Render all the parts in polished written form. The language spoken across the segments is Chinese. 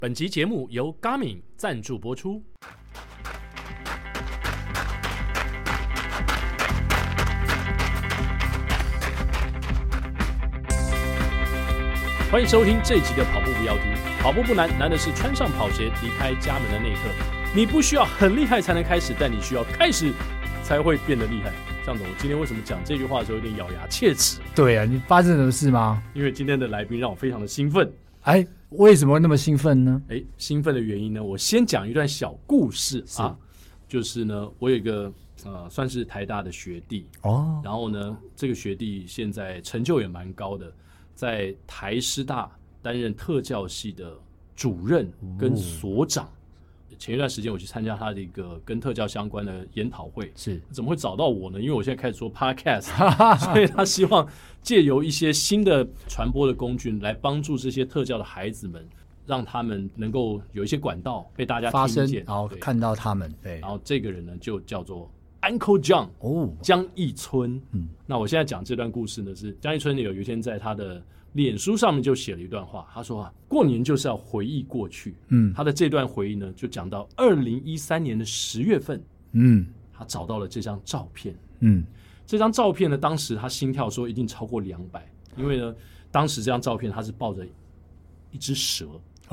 本集节目由 Garmin 赞助播出。欢迎收听这一集的跑步不要听。跑步不难，难的是穿上跑鞋离开家门的那一刻。你不需要很厉害才能开始，但你需要开始才会变得厉害。向总，我今天为什么讲这句话的时候有点咬牙切齿？ 对啊，你发生什么事吗？ 因为今天的来宾让我非常的兴奋。 哎，为什么会那么兴奋呢？ 兴奋的原因呢，我先讲一段小故事啊，就是呢，我有一个算是台大的学弟哦，然后呢，这个学弟现在成就也蛮高的，在台师大担任特教系的主任跟所长。前一段时间我去参加他的一个跟特教相关的研讨会， 是怎么会找到我呢？因为我现在开始做 podcast， 所以他希望借由一些新的传播的工具来帮助这些特教的孩子们，让他们能够有一些管道被大家听见， 然后看到他们。对， 然后这个人呢就叫做 Uncle John 江一村。那我现在讲这段故事呢，是江一村有一天在他的脸书上面就写了一段话，他说过年就是要回忆过去。他的这段回忆呢，就讲到2013年的10月份，他找到了这张照片。这张照片呢，当时他心跳说一定超过200，因为呢，当时这张照片他是抱着一只蛇。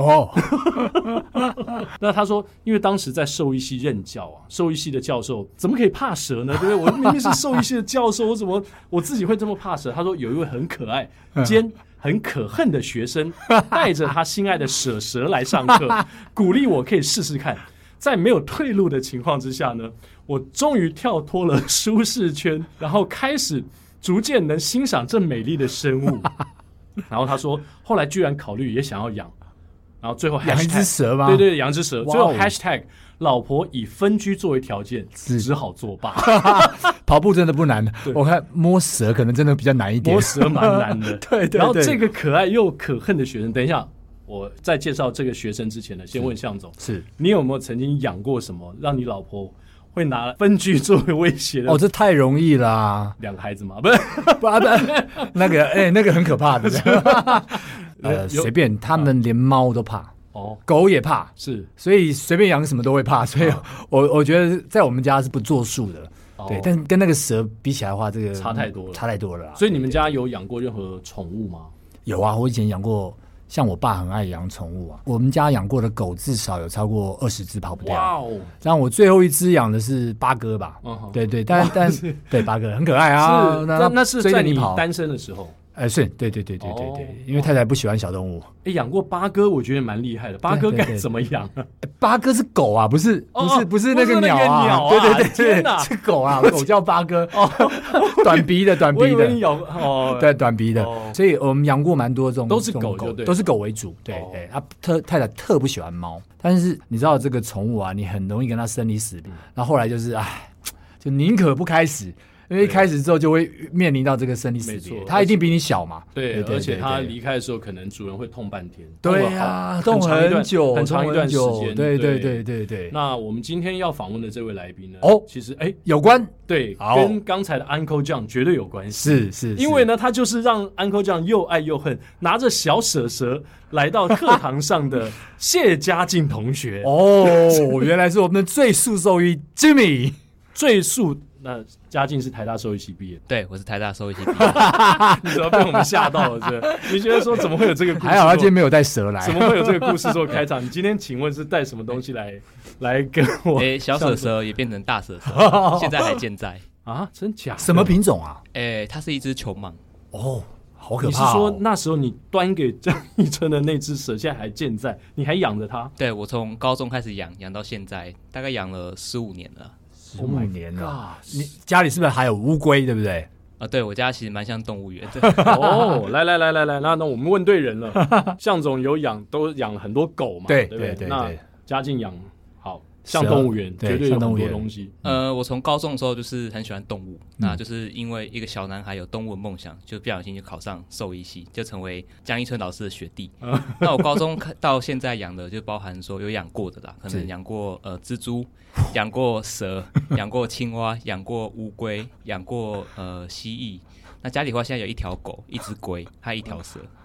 那他说，因为当时在兽医系任教啊，兽医系的教授怎么可以怕蛇呢？对不对？我明明是兽医系的教授，我自己会这么怕蛇？他说有一位很可爱兼很可恨的学生，带着他心爱的蛇来上课，鼓励我可以试试看。在没有退路的情况之下呢，我终于跳脱了舒适圈，然后开始逐渐能欣赏这美丽的生物。然后他说，后来居然考虑也想要养。然后最后养一只蛇吗？ 对，养一只蛇。最后 hashtag 老婆以分居作为条件，只好作罢。 跑步真的不难，我看摸蛇可能真的比较难一点。 摸蛇蛮难的。 对。 然后这个可爱又可恨的学生，等一下我在介绍这个学生之前呢，先问向总，是你有没有曾经养过什么让你老婆会拿分居作为威胁的？ 这太容易啦 ！2个孩子嘛，不是那个很可怕的。随便，他们连猫都怕，狗也怕， 是， 所以随便养什么都会怕，所以我觉得在我们家是不作数的。对，但跟那个蛇比起来的话，这个差太多了。 啊。 所以你们家有养过任何宠物吗？ 有啊，我以前养过。像我爸很爱养宠物啊，我们家养过的狗至少有超过20只跑不掉。哇哦！然后我最后一只养的是八哥吧，对，但对八哥很可爱啊。 那是在你单身的时候。 是，对，因为太太不喜欢小动物。 养过八哥，我觉得蛮厉害的。八哥该怎么养？ 八哥是狗啊，不是那个鸟啊。对，是狗啊，狗叫八哥。短鼻的。 我以为你咬对，短鼻的。所以我们养过蛮多这种， 都是狗，就对， 都是狗为主。对。太太特不喜欢猫，但是你知道这个宠物啊，你很容易跟它生离死别。然后后来就是就宁可不开始。因为一开始之后就会面临到这个生离死别，他一定比你小嘛。 对，而且他离开的时候，可能主人会痛半天。 对啊，痛很久， 很长一段时间。 对。 那我们今天要访问的这位来宾呢？其实有关， 对，跟刚才的 Uncle John 绝对有关系。 是， 因为呢，他就是让 Uncle John 又爱又恨，拿着小蛇来到课堂上的谢家劲同学。 原来是我们的最速兽医 Jimmy， 最速。那嘉靖是台大兽医系毕业， 对，我是台大兽医系毕业。 你怎么被我们吓到了？你觉得说怎么会有这个故事？ 还好他今天没有带蛇来， 怎么会有这个故事做开场？你今天请问是带什么东西来跟我？ 小蛇也变成大蛇，现在还健在啊？真假？ 什么品种啊？ 它是一只球蟒。 好可怕！ 你是说那时候你端给江一村的那只蛇现在还健在，你还养着它？ 对，我从高中开始养到现在，大概养了15年了。 15年了，你家里是不是还有乌龟？对不对？ 对，我家其实蛮像动物园的。 来，那我们问对人了。向总都养了很多狗嘛，对不对？那嘉靖养像动物园，绝对有很多东西。 我从高中的时候就是很喜欢动物，那就是因为一个小男孩有动物的梦想，就不小心就考上兽医系，就成为江一村老师的学弟。那我高中到现在养的就包含说有养过的啦，可能养过蜘蛛，养过蛇，养过青蛙，养过乌龟，养过蜥蜴。那家里的话现在有1条狗，1只龟，还有1条蛇。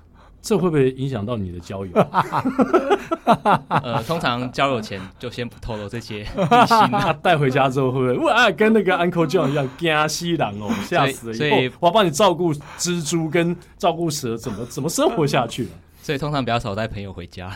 这会不会影响到你的交友？ 通常交友前就先不透露这些秘辛。 他带回家之后会不会哇，跟那个 Uncle John 一样惊死人哦，吓死了！ 所以以后我要帮你照顾蜘蛛跟照顾蛇，怎么生活下去了？ 所以通常比较少带朋友回家。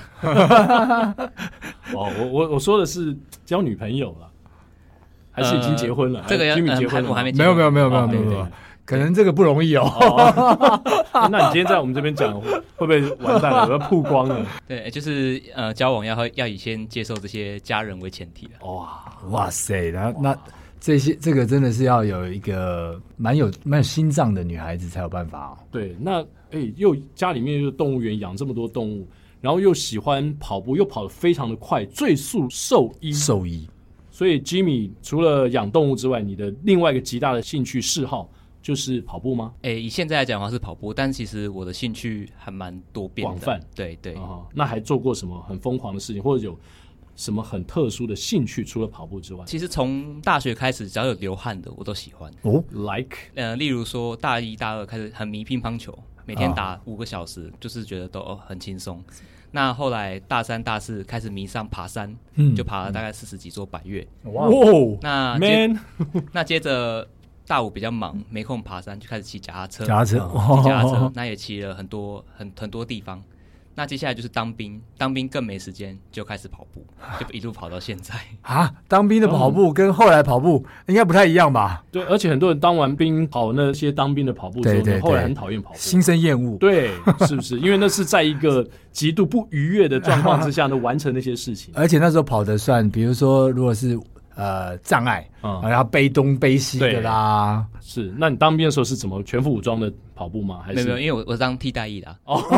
我说的是交女朋友了，还是已经结婚了？ 这个要 Jimmy 结婚了吗？ 我还没结婚。 没有，可能这个不容易哦。 那你今天在我们这边讲，会不会完蛋了？我要曝光了。 对，就是交往要以先接受这些家人为前提的。 哇塞，那这个真的是要有一个蛮有心脏的女孩子才有办法哦。 对，那又家里面又动物园养这么多动物，然后又喜欢跑步，又跑得非常的快，最速兽医。所以 Jimmy 除了养动物之外，你的另外一个极大的兴趣嗜好就是跑步吗？ 以现在来讲的话是跑步，但其实我的兴趣还蛮多变的， 广泛。 对， 那还做过什么很疯狂的事情，或者有什么很特殊的兴趣？除了跑步之外， 其实从大学开始，只要有流汗的我都喜欢。 like 例如说大一大二开始很迷乒乓球，每天打5个小时，就是觉得都很轻松。那后来大三大四开始迷上爬山，就爬了大概40几座百岳。 哇！ 那接着大五比较忙，没空爬山，就开始骑脚踏车。那也骑了很多地方。那接下来就是当兵更没时间，就开始跑步，就一路跑到现在。 当兵的跑步跟后来跑步应该不太一样吧？ 对，而且很多人当完兵跑那些当兵的跑步之后，对，后来很讨厌跑步， 心生厌恶。 对，是不是？因为那是在一个极度不愉悦的状况之下呢，完成那些事情。 而且那时候跑得算，比如说如果是障碍，然后背东背西的啦。 是，那你当兵的时候是怎么全副武装的跑步吗？还是没有，因为我是当替代役的。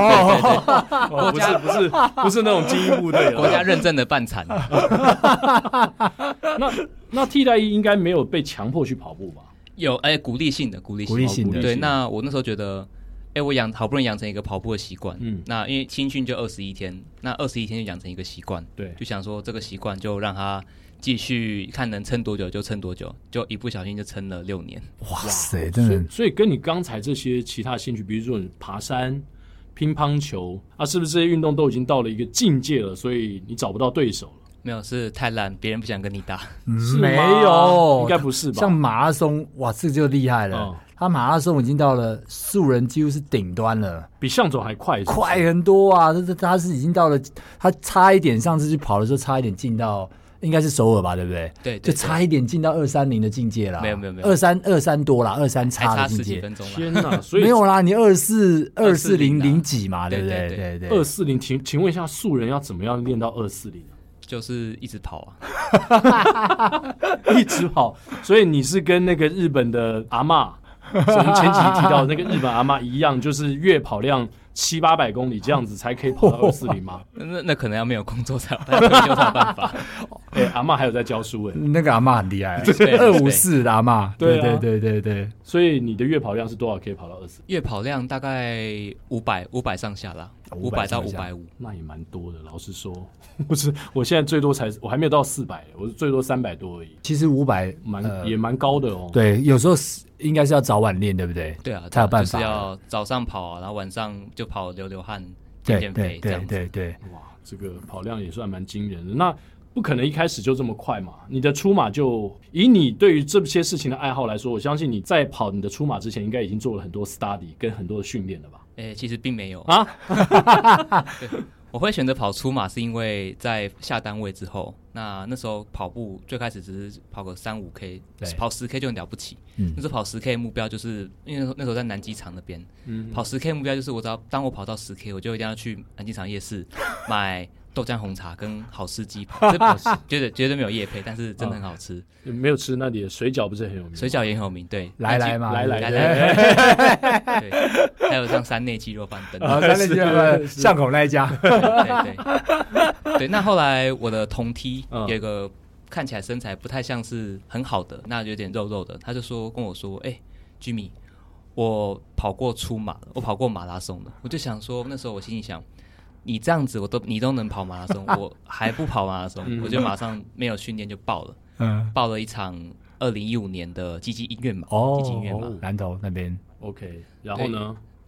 不是那种精英部队， 国家认证的半残。 那替代役应该没有被强迫去跑步吧？ 有，鼓励性的。对，那我那时候觉得，我好不容易养成一个跑步的习惯，那因为新训就21天，那21天就养成一个习惯， 对， 就想说这个习惯就让它继续看能撑多久就撑多久，就一不小心就撑了6年。 哇塞，真的！ 所以跟你刚才这些其他兴趣，比如说你爬山、乒乓球是不是这些运动都已经到了一个境界了？所以你找不到对手了？ 没有，是太烂，别人不想跟你打。 没有， 应该不是吧？ 像马拉松，哇，这就厉害了。他马拉松已经到了素人几乎是顶端了， 比向总还快， 快很多啊！他是已经到了，他差一点，上次去跑的时候差一点进到。应该是首尔吧，对不对？ 对， 就差一点进到230的境界啦。 没有 ，23多啦，23差的境界。 还差10几分钟啦。 天哪，所以没有啦，你240几嘛，对不对 ？240，请问一下，素人要怎么样练到240？ 就是一直跑一直跑。所以你是跟那个日本的阿嬷，我们前几集提到的那个日本阿嬷一样，就是月跑量700-800公里这样子才可以跑到240吗？ 那可能要没有工作才有办法。 阿嬷还有在教书那个阿嬷很厉害，254的阿嬷。对。 所以你的月跑量是多少可以跑到240？ 月跑量大概500上下啦，500到550。 那也蛮多的，老实说，不是，我现在最多我还没有到400，我最多300多而已。 其实500 也蛮高的哦。 对，有时候应该是要早晚练，对不对？ 对啊， 才有办法。 就是要早上跑然后晚上就跑流汗、减肥这样子。 对。 哇，这个跑量也算蛮惊人的。那不可能一开始就这么快嘛？你的出马就以你对于这些事情的爱好来说，我相信你在跑你的出马之前，应该已经做了很多 study 跟很多的训练了吧？ 其实并没有啊。 对，我会选择跑出马，是因为在下单位之后，那时候跑步最开始只是跑个3-5K， 跑10K 就很了不起。那时候跑10K 目标就是因为那时候在南机场那边，跑10K 目标就是当我跑到10K， 我就一定要去南机场夜市买豆浆红茶跟好吃鸡排，绝对没有业配，但是真的很好吃。 没有吃那里的水饺不是很有名？ 水饺也很有名，对， 来， 对，还有像山内鸡肉饭等等。 山内鸡肉饭巷口那一家。 对。那后来我的同梯有一个看起来身材不太像是很好的，那有点肉肉的，他就跟我说，Jimmy， 我跑过出马了，我跑过马拉松了。我就想说，那时候我心里想，你这样子你都能跑马拉松，我还不跑马拉松，我就马上没有训练就报了，报了一场2015年的积极音乐马，积极音乐马， 南投那边。 OK， 然后呢？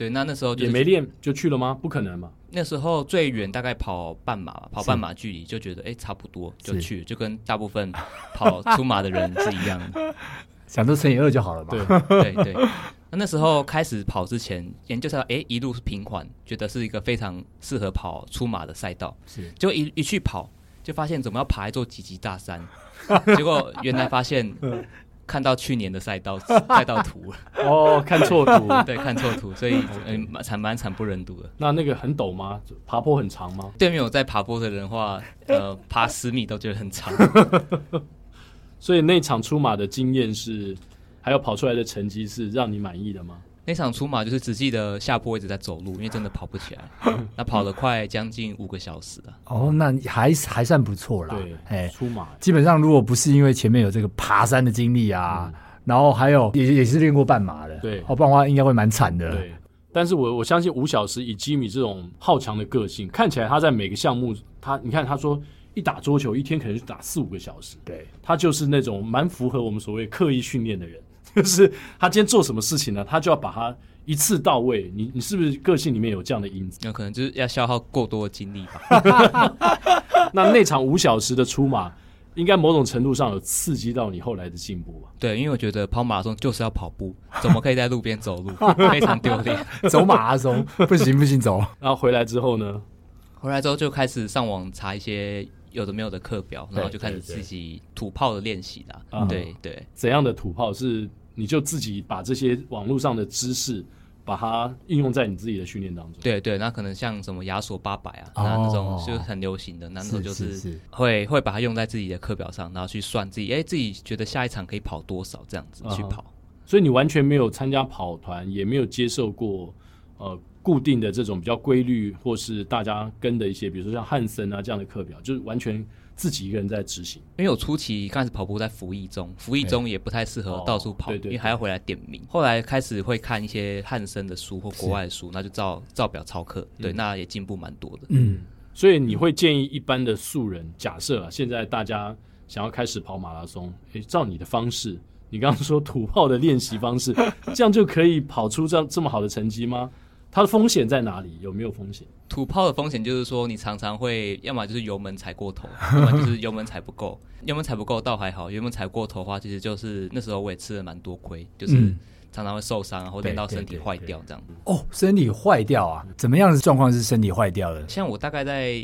对，那时候也没练就去了吗？不可能嘛。 那时候最远大概跑半马吧，跑半马距离就觉得差不多就去了，就跟大部分跑出马的人是一样的。 想说乘以2就好了嘛。 对。那时候开始跑之前，研究到一路是平缓，觉得是一个非常适合跑出马的赛道。 是， 就一去跑，就发现怎么要爬一座几级大山，结果原来发现看到去年的赛道图了。 哦，看错图。 对，看错图，所以蛮惨不忍睹的。 那个很陡吗？爬坡很长吗？ 对面有在爬坡的人的话，爬10米都觉得很长。 所以那场出马的经验是，还有跑出来的成绩是让你满意的吗？ 那场出马就是只记得下坡一直在走路，因为真的跑不起来。那跑了快将近5个小时了。 哦，那还算不错啦。 对，出马基本上如果不是因为前面有这个爬山的经历啊，然后还有也是练过半马的， 对， 不然的话应该会蛮惨的。 对，但是我相信5小时以基米这种好强的个性，看起来他在每个项目，你看他说一打桌球一天可能就打4-5个小时， 对， 他就是那种蛮符合我们所谓刻意训练的人。就是他今天做什么事情呢，他就要把它一次到位。你是不是个性里面有这样的因子？ 有可能就是要消耗过多的精力吧。 那场5小时的出马，应该某种程度上有刺激到你后来的进步吧？ 对，因为我觉得跑马拉松就是要跑步，怎么可以在路边走路？非常丢脸。 走马拉松不行走。 然后回来之后呢？ 回来之后就开始上网查一些有的没有的课表，然后就开始自己土炮的练习啦。对。 怎样的土炮？是你就自己把这些网络上的知识，把它应用在你自己的训练当中？ 对，那可能像什么亚索800啊，那种就是很流行的，那种就是会把它用在自己的课表上，然后去算自己觉得下一场可以跑多少这样子去跑。 所以你完全没有参加跑团，也没有接受过固定的这种比较规律或是大家跟的一些，比如说像汉森啊这样的课表，就是完全自己一个人在执行。 因为我初期刚开始跑步在服役中也不太适合到处跑，因为还要回来点名。后来开始会看一些汉森的书或国外的书，那就照表操课。对，那也进步蛮多的。 所以你会建议一般的素人，假设现在大家想要开始跑马拉松，照你的方式，你刚刚说土炮的练习方式，这样就可以跑出这么好的成绩吗？它的风险在哪里？有没有风险？ 土炮的风险就是说，你常常会要么就是油门踩过头，要么就是油门踩不够。油门踩不够倒还好，油门踩过头的话，其实就是那时候我也吃了蛮多亏，就是常常会受伤，然后练到身体坏掉这样。 哦，身体坏掉啊？怎么样的状况是身体坏掉的？ 像我大概在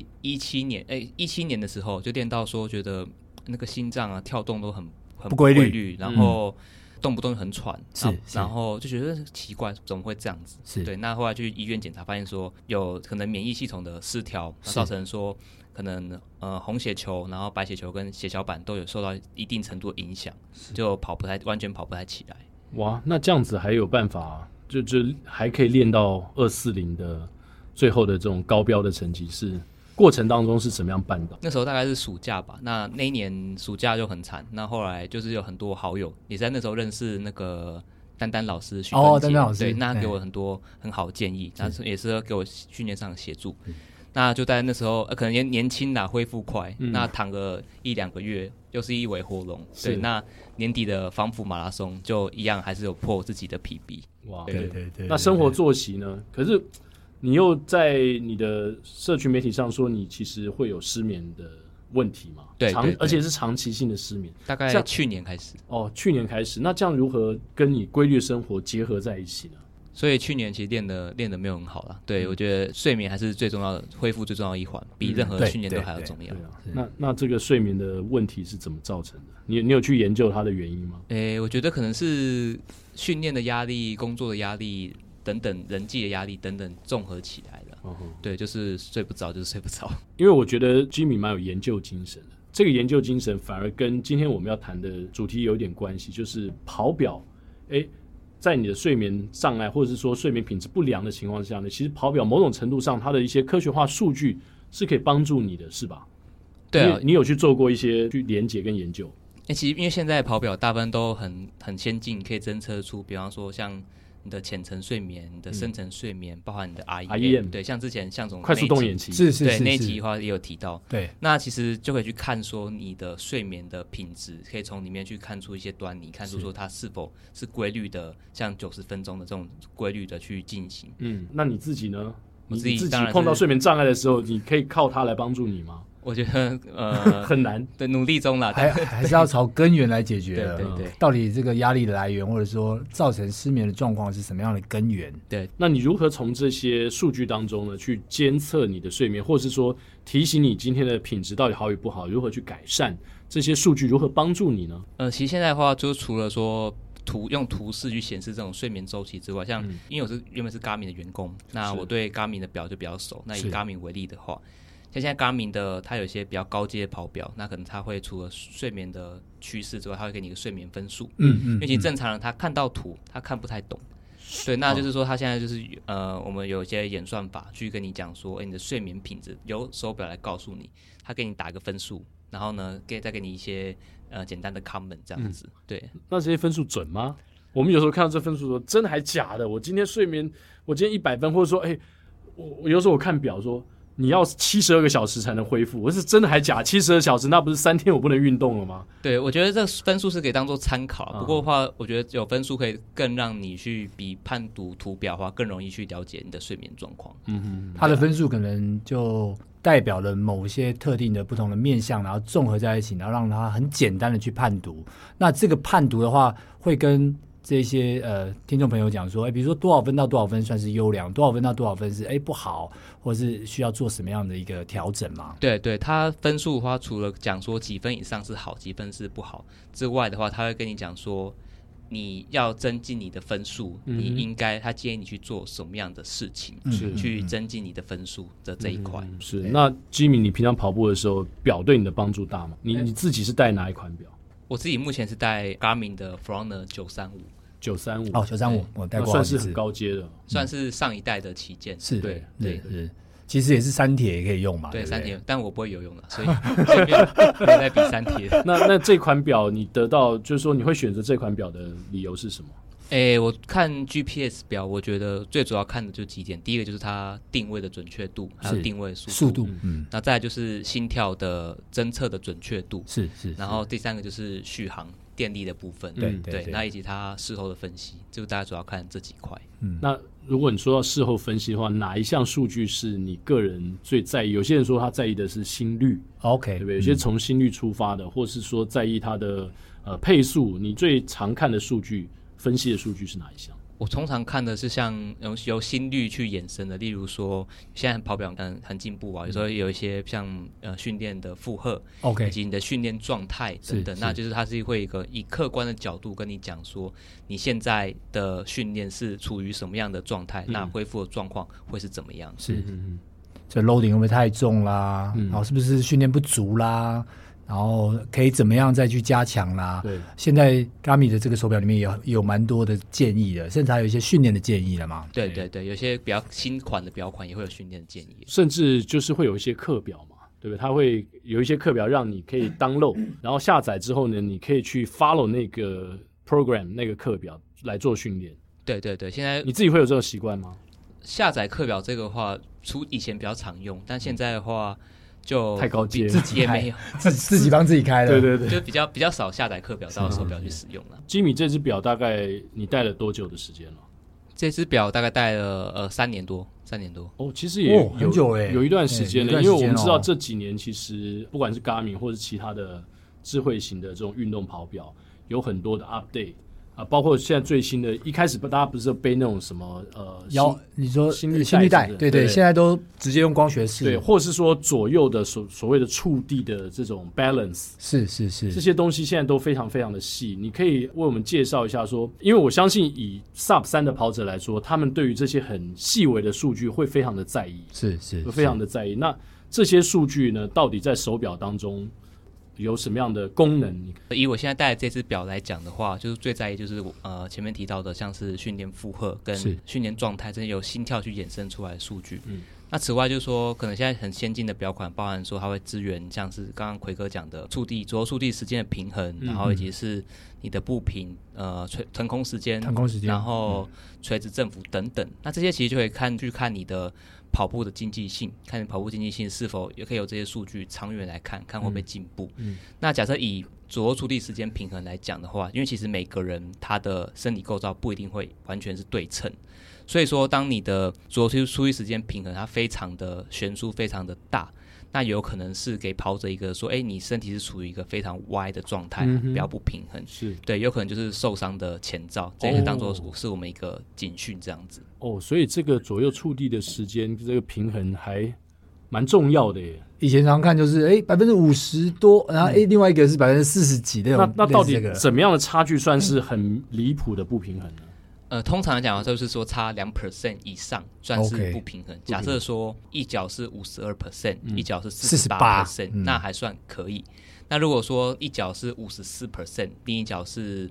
17年的时候就练到说，觉得那个心脏啊跳动都很不规律，然后动不动就很喘，然后就觉得奇怪，怎么会这样子？对，那后来去医院检查，发现说有可能免疫系统的失调，造成说可能红血球，然后白血球跟血小板都有受到一定程度的影响，就完全跑不太起来。 哇，那这样子还有办法，就还可以练到240的最后的这种高标的成绩是？过程当中是怎么样办到？ 那时候大概是暑假吧，那一年暑假就很惨。那后来就是有很多好友也在那时候认识那个丹丹老师许芬姐， 丹丹老师， 对，那给我很多很好的建议，那也是给我训练上的协助。那就在那时候可能年轻啦，恢复快，那躺个1-2个月又是一尾活龙。对，那年底的防腐马拉松就一样还是有破自己的 PB。 哇，对。那生活作息呢？可是你又在你的社群媒体上说你其实会有失眠的问题嘛？ 对， 而且是长期性的失眠。 大概去年开始。 去年开始。那这样如何跟你规律的生活结合在一起呢？所以去年其实练的没有很好啦。对，我觉得睡眠还是最重要的，恢复最重要的一环，比任何训练都还要重要。 那这个睡眠的问题是怎么造成的？你有去研究它的原因吗？ 我觉得可能是训练的压力、工作的压力等等，人际的压力等等综合起来的。对，就是睡不着，就是睡不着。 因为我觉得 Jimmy 蛮有研究精神的，这个研究精神反而跟今天我们要谈的主题有点关系，就是跑表。在你的睡眠障碍或者是说睡眠品质不良的情况下呢，其实跑表某种程度上它的一些科学化数据是可以帮助你的，是吧？ 对啊， 你有去做过一些去连结跟研究？ 其实因为现在跑表大部分都很先进，可以侦测出，比方说像你的浅层睡眠、你的深层睡眠，包含你的 REM 对，像之前向总快速动眼期对那一集的话也有提到， 对， 那其实就可以去看说你的睡眠的品质，可以从里面去看出一些端倪，看出说它是否是规律的，像90分钟的这种规律的去进行。 那你自己呢？你自己当然碰到睡眠障碍的时候，你可以靠它来帮助你吗？ 我觉得很难， 对，努力中啦， 还是要朝根源来解决的。 对， 到底这个压力的来源，或者说造成失眠的状况是什么样的根源？ 对， 那你如何从这些数据当中呢，去监测你的睡眠，或是说提醒你今天的品质到底好与不好，如何去改善？这些数据如何帮助你呢？ 其实现在的话，就除了说用图示去显示这种睡眠周期之外，像因为我原本是 Garmin 的员工，那我对 Garmin 的表就比较熟。那以 Garmin 为例的话，像现在 Garmin 的它有一些比较高阶的跑表，那可能它会除了睡眠的趋势之外，它会给你一个睡眠分数。因为其实正常人他看到图他看不太懂，对，那就是说他现在就是我们有一些演算法去跟你讲说，你的睡眠品质由手表来告诉你，他给你打一个分数，然后呢再给你一些简单的 comment 这样子。对， 那这些分数准吗？我们有时候看到这分数说真的还假的？我今天睡眠，我今天100分，或者说我有时候我看表说你要72个小时才能恢复，我是真的还假？72小时那不是3天我不能运动了吗？ 对，我觉得这分数是可以当做参考，不过的话，我觉得有分数可以更让你去比判读图表的话更容易去了解你的睡眠状况。 它的分数可能就代表了某些特定的不同的面向，然后综合在一起，然后让它很简单的去判读。那这个判读的话，会跟这些听众朋友讲说，比如说多少分到多少分算是优良，多少分到多少分是不好，或是需要做什么样的一个调整嘛？ 对，它分数的话，除了讲说几分以上是好，几分是不好之外的话，他会跟你讲说，你要增进你的分数，你应该他建议你去做什么样的事情，去增进你的分数的这一块。 是，那 Jimmy， 你平常跑步的时候，表对你的帮助大吗？你自己是戴哪一款表？ 我自己目前是戴 Garmin 的 Forerunner 935。 935，我戴过好几次， 算是很高阶的， 算是上一代的旗舰。 是，对，其实也是三铁也可以用嘛。 对，三铁，但我不会游泳了，所以没有在比三铁。 那这款表你得到，就是说你会选择这款表的理由是什么？ 我看 GPS 表，我觉得最主要看的就几点。第一个就是它定位的准确度，还有定位速度。那再来就是心跳的侦测的准确度。 是。 然后第三个就是续航电力的部分。对，那以及它事后的分析，就大家主要看这几块。 那如果你说到事后分析的话，哪一项数据是你个人最在意？有些人说他在意的是心率 ，OK， 对不对？有些从心率出发的，或是说在意它的配速。你最常看的数据分析的数据是哪一项？ 我通常看的是像由心率去衍生的，例如说现在跑表很进步啊，有时候有一些像训练的负荷 ，OK， 以及你的训练状态等等，那就是它是会以客观的角度跟你讲说你现在的训练是处于什么样的状态，那恢复的状况会是怎么样？ 是，这 loading 会不会太重啦？然后是不是训练不足啦？然后可以怎么样再去加强啦？ 对， 现在 Garmin 的这个手表里面也有蛮多的建议的，甚至还有一些训练的建议了嘛。 对，有些比较新款的表款也会有训练的建议， 甚至就是会有一些课表嘛，对不对？它会有一些课表让你可以 download， 然后下载之后呢，你可以去 follow 那个 program 那个课表来做训练。 对，现在你自己会有这个习惯吗？ 下载课表这个话，除以前比较常用，但现在的话。就太高阶了， 自己也没有自己帮自己开了， 对， 就比较少下载课表到手表去使用了。 Jimmy 这只表大概你戴了多久的时间了？ 这只表大概戴了3年多。 哦，其实也很久有一段时间了，因为我们知道这几年其实不管是 Garmin 或是其他的智慧型的这种运动跑表，有很多的 update。包括现在最新的，一开始大家不是背那种什么你说心率带， 对，现在都直接用光学式， 对，或是说左右的所谓的触地的这种 balance， 是， 这些东西现在都非常非常的细。你可以为我们介绍一下说，因为我相信以 Sub 3的跑者来说，他们对于这些很细微的数据会非常的在意， 是会非常的在意。那这些数据呢，到底在手表当中有什么样的功能？ 以我现在戴的这只表来讲的话，就是最在意就是前面提到的，像是训练负荷跟训练状态，真的由心跳去衍生出来的数据。 那此外就是说，可能现在很先进的表款，包含说它会支援像是刚刚奎哥讲的左右触地时间的平衡，然后以及是你的步频、腾空时间，然后垂直振幅等等。那这些其实就可以去看你的跑步的经济性，看你跑步经济性是否也可以有这些数据长远来看会不会进步。那假设以左右触地时间平衡来讲的话，因为其实每个人他的身体构造不一定会完全是对称。所以说当你的左右触地时间平衡它非常的悬殊非常的大，那有可能是给跑者一个说你身体是处于一个非常歪的状态，比较不平衡， 是对， 有可能就是受伤的前兆，这个当作是我们一个警讯这样子。 所以这个左右触地的时间这个平衡还蛮重要的耶。 以前常看就是50%多，然后另外一个是40%几的。 那到底怎么样的差距算是很离谱的不平衡呢？ 通常来讲就是说差 2% 以上算是不平衡。假设说一脚是 52%，一脚是 48%，那还算可以。那如果说一脚是 54%，另一脚是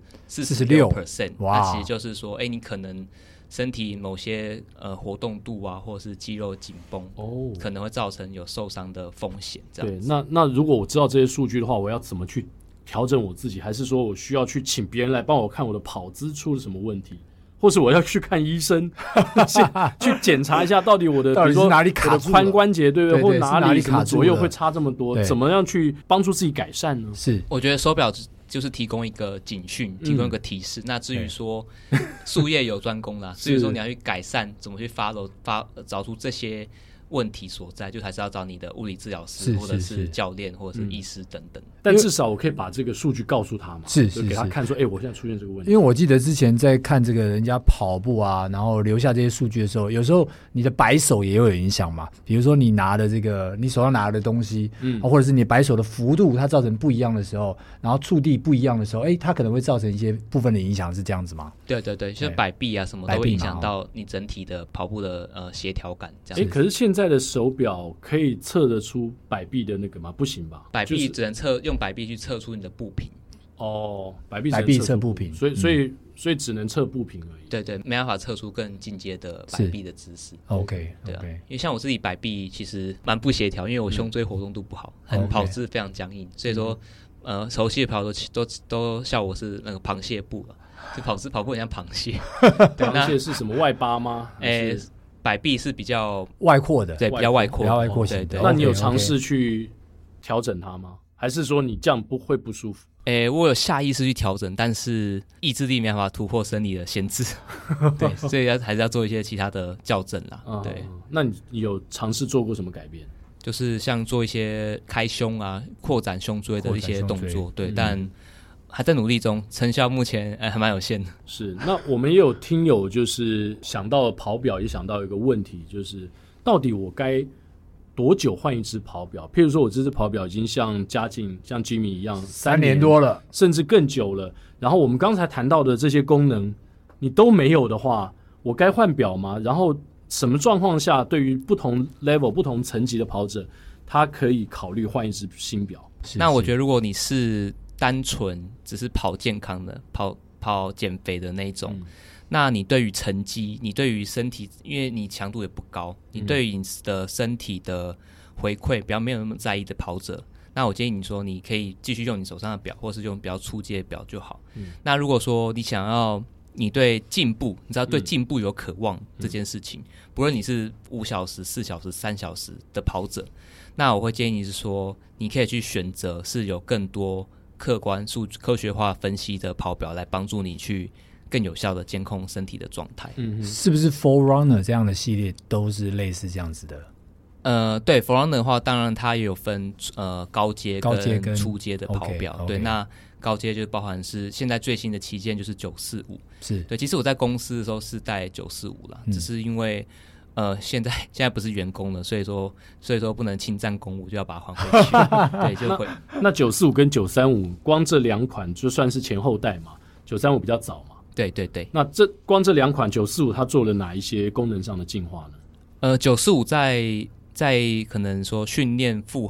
46%，那其实就是说你可能身体某些活动度啊，或者是肌肉紧绷，可能会造成有受伤的风险。这样子。 对，那如果我知道这些数据的话，我要怎么去调整我自己？还是说我需要去请别人来帮我看我的跑姿出了什么问题？或是我要去看医生去检查一下到底我的比如说哪里卡住了， 我的髋关节对不对？或哪里卡左右会差这么多？怎么样去帮助自己改善呢？ 是，我觉得手表就是提供一个警讯，提供一个提示。那至于说术业有专攻啦，至于说你要去改善，怎么去找出这些问题所在，就还是要找你的物理治疗师或者是教练或者是医师等等。 但至少我可以把这个数据告诉他嘛，就给他看说我现在出现这个问题。 因为我记得之前在看这个人家跑步啊，然后留下这些数据的时候，有时候你的摆手也有影响嘛。比如说你拿的你手上拿的东西，或者是你摆手的幅度它造成不一样的时候，然后触地不一样的时候，它可能会造成一些部分的影响，是这样子吗？ 对，就是摆臂啊什么都会影响到你整体的跑步的协调感这样子。 可是现在的手表可以测得出摆臂的那个吗？不行吧？ 摆臂只能用摆臂去测出你的步频。 摆臂测步频， 所以只能测步频而已。 对，没办法测出更进阶的摆臂的姿势。 OK， 对啊，因为像我自己摆臂其实蛮不协调，因为我胸椎活动度不好，跑姿非常僵硬，所以说熟悉的跑都笑我是那个螃蟹步了，就跑步很像螃蟹。 螃蟹是什么外八吗？ 摆臂是比较外扩的， 对，比较外扩型。 对。 那你有尝试去调整它吗？还是说你这样会不舒服？ 我有下意识去调整，但是意志力没办法突破生理的限制。对，所以还是要做一些其他的校正啦。对， 那你有尝试做过什么改变？ 就是像做一些开胸啊、扩展胸椎的一些动作，对，但还在努力中，成效目前还蛮有限的。 是，那我们也有听友就是想到跑表，也想到一个问题，就是到底我该多久换一只跑表？譬如说我这只跑表已经像嘉靖、像 Jimmy 一样3年多了， 甚至更久了，然后我们刚才谈到的这些功能你都没有的话，我该换表吗？然后什么状况下对于不同 level 不同层级的跑者他可以考虑换一只新表？ 那我觉得如果你是单纯只是跑健康的跑减肥的那一种，那你对于成绩，你对于身体，因为你强度也不高，你对于你的身体的回馈比较没有那么在意的跑者，那我建议你说你可以继续用你手上的表，或是用比较初阶的表就好。那如果说你想要你对进步，你知道对进步有渴望这件事情，不论你是5小时、4小时、3小时的跑者，那我会建议你是说你可以去选择是有更多客观科学化分析的跑表来帮助你去更有效的监控身体的状态。 是不是 Forerunner 这样的系列都是类似这样子的？ 对 Forerunner 的话，当然它也有分高阶跟初阶的跑表。对，那高阶就包含是现在最新的旗舰就是945。 是对， 其实我在公司的时候是带945啦，只是因为现在不是员工了，所以说不能侵占公务，就要把它还回去。对，就会。 那945跟935光这2款就算是前后代嘛，935比较早嘛。 对。 那光这2款945它做了哪一些功能上的进化呢？ 945在可能说训练负荷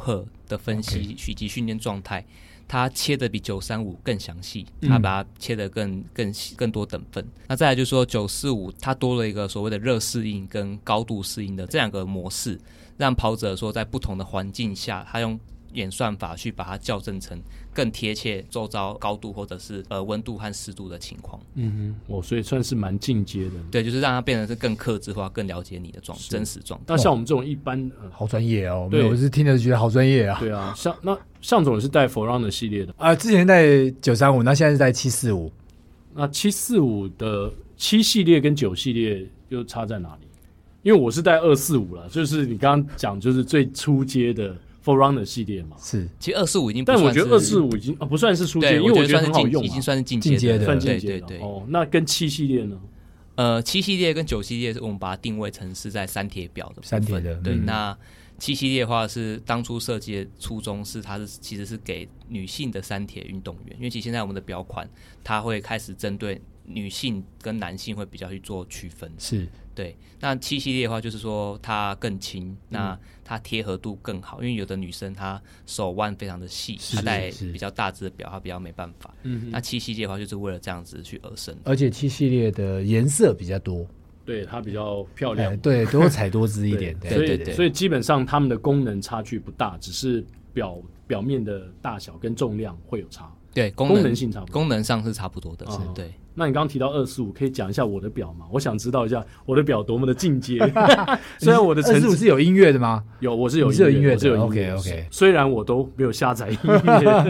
的分析以及训练状态，它切的比935更详细，它把它切的更多等分。那再来就是说945它多了一个所谓的热适应跟高度适应的这两个模式，让跑者说在不同的环境下，他用演算法去把它校正成更贴切周遭高度或者是温度和湿度的情况。 所以算是蛮进阶的。 对，就是让它变得是更客制化，更了解你的真实状态。 那像我们这种一般， 好专业哦，我是听着觉得好专业啊。 对啊，向总是带 Forerunner 系列的之前带935，那现在是带745。 那745的7系列跟9系列又差在哪里？因为我是带245了，就是你刚刚讲就是最初阶的 Forerunner 系列嘛。 是， 其实245已经不算是， 但我觉得245已经不算是初阶，因为我觉得很好用已经算是进阶的， 算进阶的。那跟7系列呢 ？7系列跟9系列，我们把它定位成是在三铁表的部分。 三铁的， 对。那7系列的话是当初设计的初衷是其实是给女性的三铁运动员，因为其实现在我们的表款它会开始针对女性跟男性会比较去做区分。 是。 对，那7系列的话就是说它更轻，那它贴合度更好，因为有的女生她手腕非常的细，她戴比较大只的表她比较没办法。那7系列的话就是为了这样子去而生， 而且7系列的颜色比较多， 对，它比较漂亮， 对，多彩多姿一点。 对， 所以基本上它们的功能差距不大，只是表面的大小跟重量会有差。 对， 功能性差不多， 功能上是差不多的。对。 那你刚刚提到245，可以讲一下我的表吗？我想知道一下我的表多么的进阶。虽然我的 245是有音乐的吗？ 有，我是有音乐的。 OK。虽然我都没有下载音乐。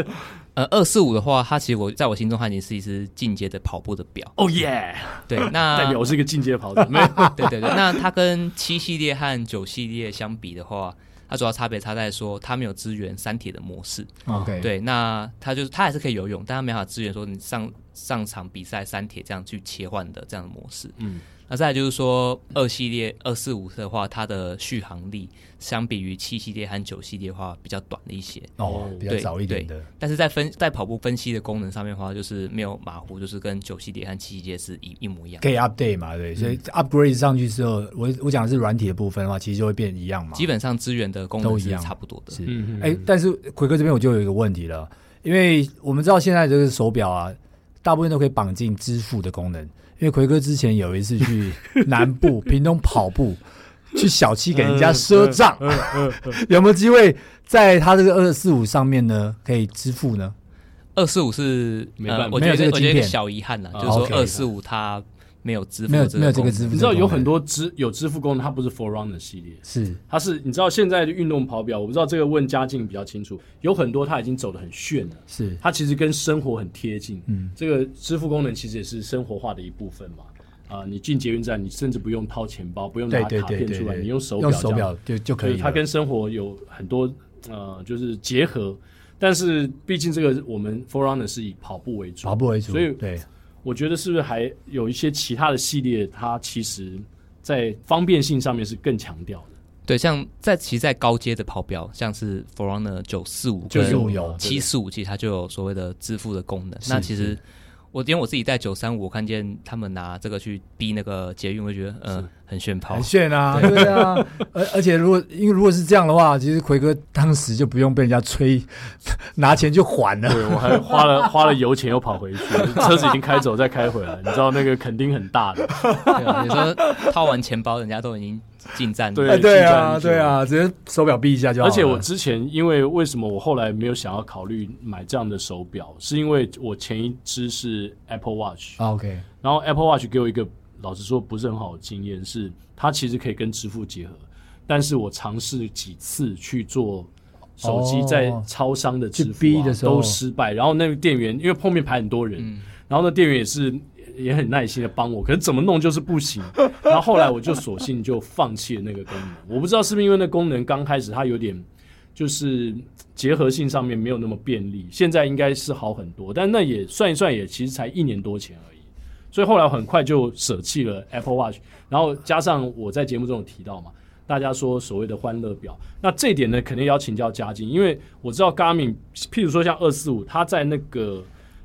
245的话，它其实在我心中它已经是一只进阶的跑步的表。 哦耶！ 对，那代表我是一个进阶跑者。 对。那它跟7系列和9系列相比的话，它主要差别差在说它没有支援三铁的模式。 OK。 对，那它还是可以游泳，但它没法支援说你上场比赛三铁这样去切换的这样的模式。那再来就是说2系列245的话，它的续航力相比于7系列和9系列的话比较短了一些。 比较早一点的。 但是在跑步分析的功能上面的话，就是没有马虎，就是跟9系列和7系列是一模一样的。 可以 update 嘛？对，所以 upgrade 上去之后，我讲的是软体的部分的话，其实就会变一样嘛。 基本上资源的功能是差不多的。 是。但是奎哥这边我就有一个问题了，因为我们知道现在这个手表啊，大部分都可以绑进支付的功能。因为奎哥之前有一次去南部屏东跑步，去小七给人家赊账，有没有机会在他这个245上面呢可以支付呢 ？245是没办法， 我觉得一个小遗憾啦，就是说245它没有支付， 没有这个支付。 你知道有很多有支付功能，它不是 Forerunner 系列，它是你知道现在的运动跑表，我不知道这个问嘉靖比较清楚，有很多它已经走得很炫了，它其实跟生活很贴近。这个支付功能其实也是生活化的一部分嘛。你进捷运站，你甚至不用掏钱包，不用拿卡片出来，你用手表就可以了。 它跟生活有很多就是结合，但是毕竟这个我们 Forerunner 是以跑步为主，所以对。 我觉得是不是还有一些其他的系列，它其实在方便性上面是更强调的。 对，像其实在高阶的跑表，像是 Forerunner 945跟745，其实它就有所谓的支付的功能。那其实因为我自己带935，我看见他们拿这个去逼那个捷运，我就觉得很炫跑， 很炫啊，对啊。而且如果是这样的话，其实奎哥当时就不用被人家催，拿钱就还了。 对，我还花了油钱又跑回去，车子已经开走再开回来，你知道那个肯定很大的。 你说掏完钱包，人家都已经进站。 对啊，直接手表逼一下就好了。 而且我之前为什么我后来没有想要考虑买这样的手表，是因为我前一支是 Apple Watch。OK。然后 Apple Watch 给我一个老实说不是很好的经验，是它其实可以跟支付结合，但是我尝试几次去做手机在超商的支付都失败。然后那个店员因为后面排很多人，然后那店员也很耐心的帮我，可是怎么弄就是不行。然后后来我就索性就放弃了那个功能。我不知道是不是因为那功能刚开始它有点就是结合性上面没有那么便利，现在应该是好很多，但那也算一算也其实才1年多前而已。所以后来我很快就舍弃了 Apple Watch， 然后加上我在节目中有提到嘛，大家说所谓的欢乐表，那这一点呢肯定要请教嘉靖，因为我知道 Garmin 譬如说像245，它在那个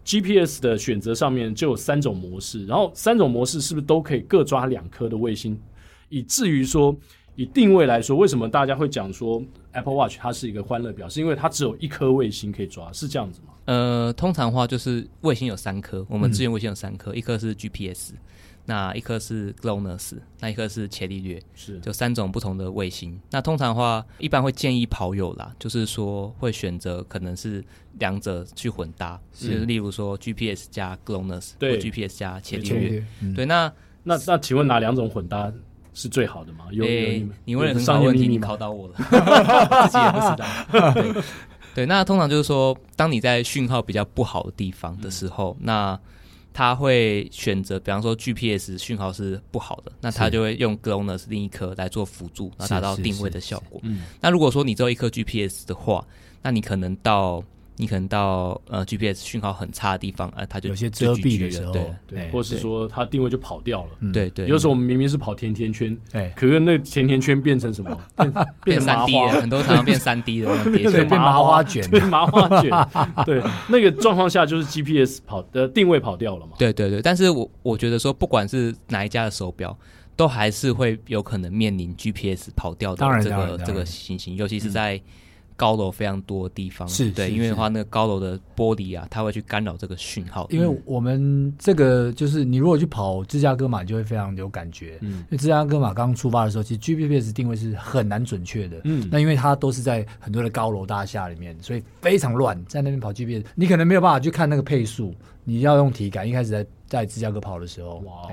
GPS 的选择上面就有3种模式，然后3种模式是不是都可以各抓2颗的卫星，以至于说以定位来说，为什么大家会讲说 Apple Watch 它是一个欢乐表？是因为它只有一颗卫星可以抓，是这样子吗？ 通常的话就是卫星有3颗，我们支援卫星有3颗，一颗是 GPS， 那一颗是 GLONASS， 那一颗是伽利略， 是就3种不同的卫星。那通常的话，一般会建议跑友啦，就是说会选择可能是2者去混搭，就是例如说 GPS 加 GLONASS， 或 GPS 加伽利略。对，那请问哪2种混搭是最好的吗？ 你问了很好的问题，你考倒我了，自己也不知道。对，那通常就是说，当你在讯号比较不好的地方的时候，那他会选择，比方说 GPS 讯号是不好的，那他就会用 GLONASS 另一颗来做辅助，然后达到定位的效果。那如果说你只有一颗 GPS 的话，那你可能到GPS 讯号很差的地方，它就有些遮蔽的时候， 对，或是说它定位就跑掉了。 对对， 有时候我们明明是跑甜甜圈，可是那甜甜圈变成什么？变 3D 了，很多常常变3D 的那种叠变麻花卷， 变麻花卷。对，那个状况下就是 GPS 定位跑掉了嘛。 对对对，但是我觉得说，不管是哪一家的手表，都还是会有可能面临 GPS 跑掉的这个情形，尤其是在高楼非常多的地方，对，因为的话，那个高楼的玻璃啊，它会去干扰这个讯号。 因为我们这个就是你如果去跑芝加哥马，就会非常有感觉。因为芝加哥马刚出发的时候，其实 GPS 定位是很难准确的。那因为它都是在很多的高楼大厦里面，所以非常乱，在那边跑 GPS， 你可能没有办法去看那个配速，你要用体感。一开始在芝加哥跑的时候，哇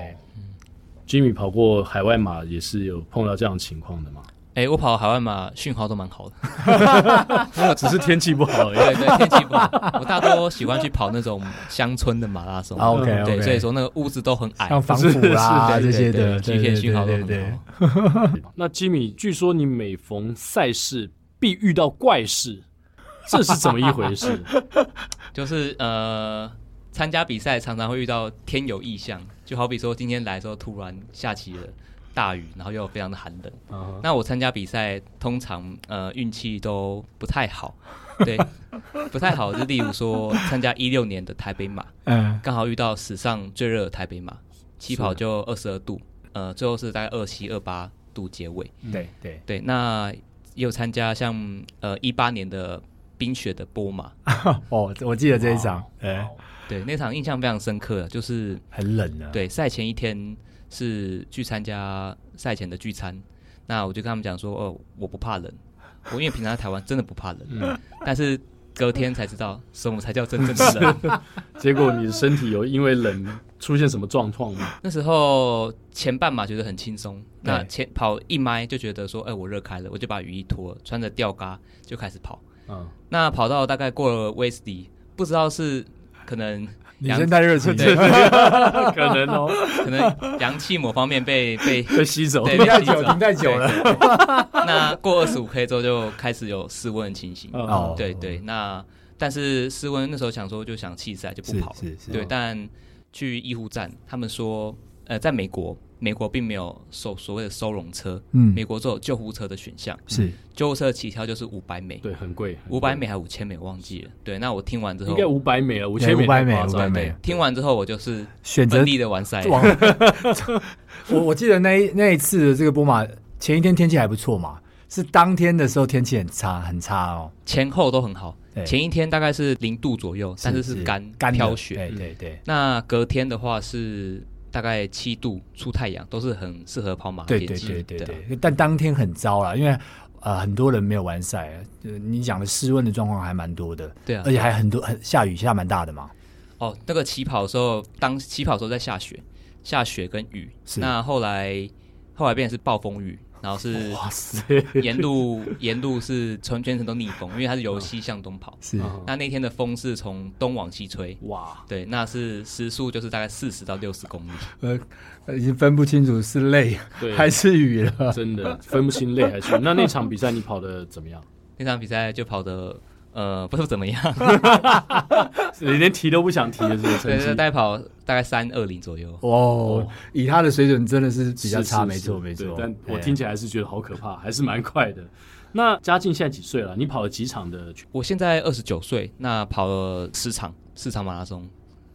，Jimmy 跑过海外马也是有碰到这样的情况的吗？ 我跑海外马讯号都蛮好的， 那只是天气不好而已。 对对，天气不好。我大多喜欢去跑那种乡村的马拉松。 OK， 对，所以说那个屋子都很矮， 像防腐啦这些的 ，GPS 讯号都很好。 那Jimmy，据说你每逢赛事必遇到怪事，这是怎么一回事？ 就是参加比赛常常会遇到天有异象，就好比说今天来的时候突然下起了大雨，然后又非常的寒冷。那我参加比赛通常运气都不太好，对，不太好。就例如说参加16年的台北马，刚好遇到史上最热的台北马，起跑就22度，最后是大概27、28度结尾。对，那也有参加像18年的冰雪的波马。 哦，我记得这一场， 对，那场印象非常深刻，就是很冷啊。 对，赛前一天是去参加赛前的聚餐，那我就跟他们讲说，我不怕冷，我因为平常在台湾真的不怕冷，但是隔天才知道什么才叫真正的冷。 结果你的身体有因为冷出现什么状况吗？ 那时候前半马觉得很轻松，那跑一迈就觉得说，我热开了，我就把雨衣脱了，穿着吊嘎就开始跑。那跑到大概过了威斯迪，不知道是可能你先太热情， 对，可能哦， 可能阳气某方面被吸走， 对， 停太久了。 那过25K 之后就开始有失温的情形，对，那但是失温那时候想说就想弃赛就不跑，对，但去医护站他们说，在美国并没有所谓的收容车，美国只有救护车的选项， 是救护车起跳就是500美， 对，很贵 ，500美还是5000美忘记了。对，那我听完之后应该500美了，5000美。 听完之后我就是选择本地的完赛。 我记得那一次的这个波马前一天天气还不错嘛，是当天的时候天气很差哦， 前后都很好。前一天大概是0度左右，但是干飘雪。 对。 那隔天的话是大概7度出太阳，都是很适合跑马的天气。 对。但当天很糟啦，因为很多人没有完赛，你讲的失温的状况还蛮多的。 对啊， 而且还很下雨下蛮大的嘛。 那个起跑的时候，当起跑的时候在下雪跟雨，那后来变成是暴风雨。然后是沿路是全程都逆风，因为它是由西向东跑。 是， 那天的风是从东往西吹，哇，对，那是时速就是大概40到60公里。 已经分不清楚是泪还是雨了， 真的分不清泪还是雨。那场比赛你跑得怎么样？ 那场比赛就跑得不是怎么样， 你连提都不想提的这个成绩。 对，大概跑大概320左右。 哦，以他的水准真的是比较差，没错。 但我听起来是觉得好可怕，还是蛮快的。那嘉靖现在几岁了？你跑了几场的？ 我现在29岁，那跑了4场马拉松。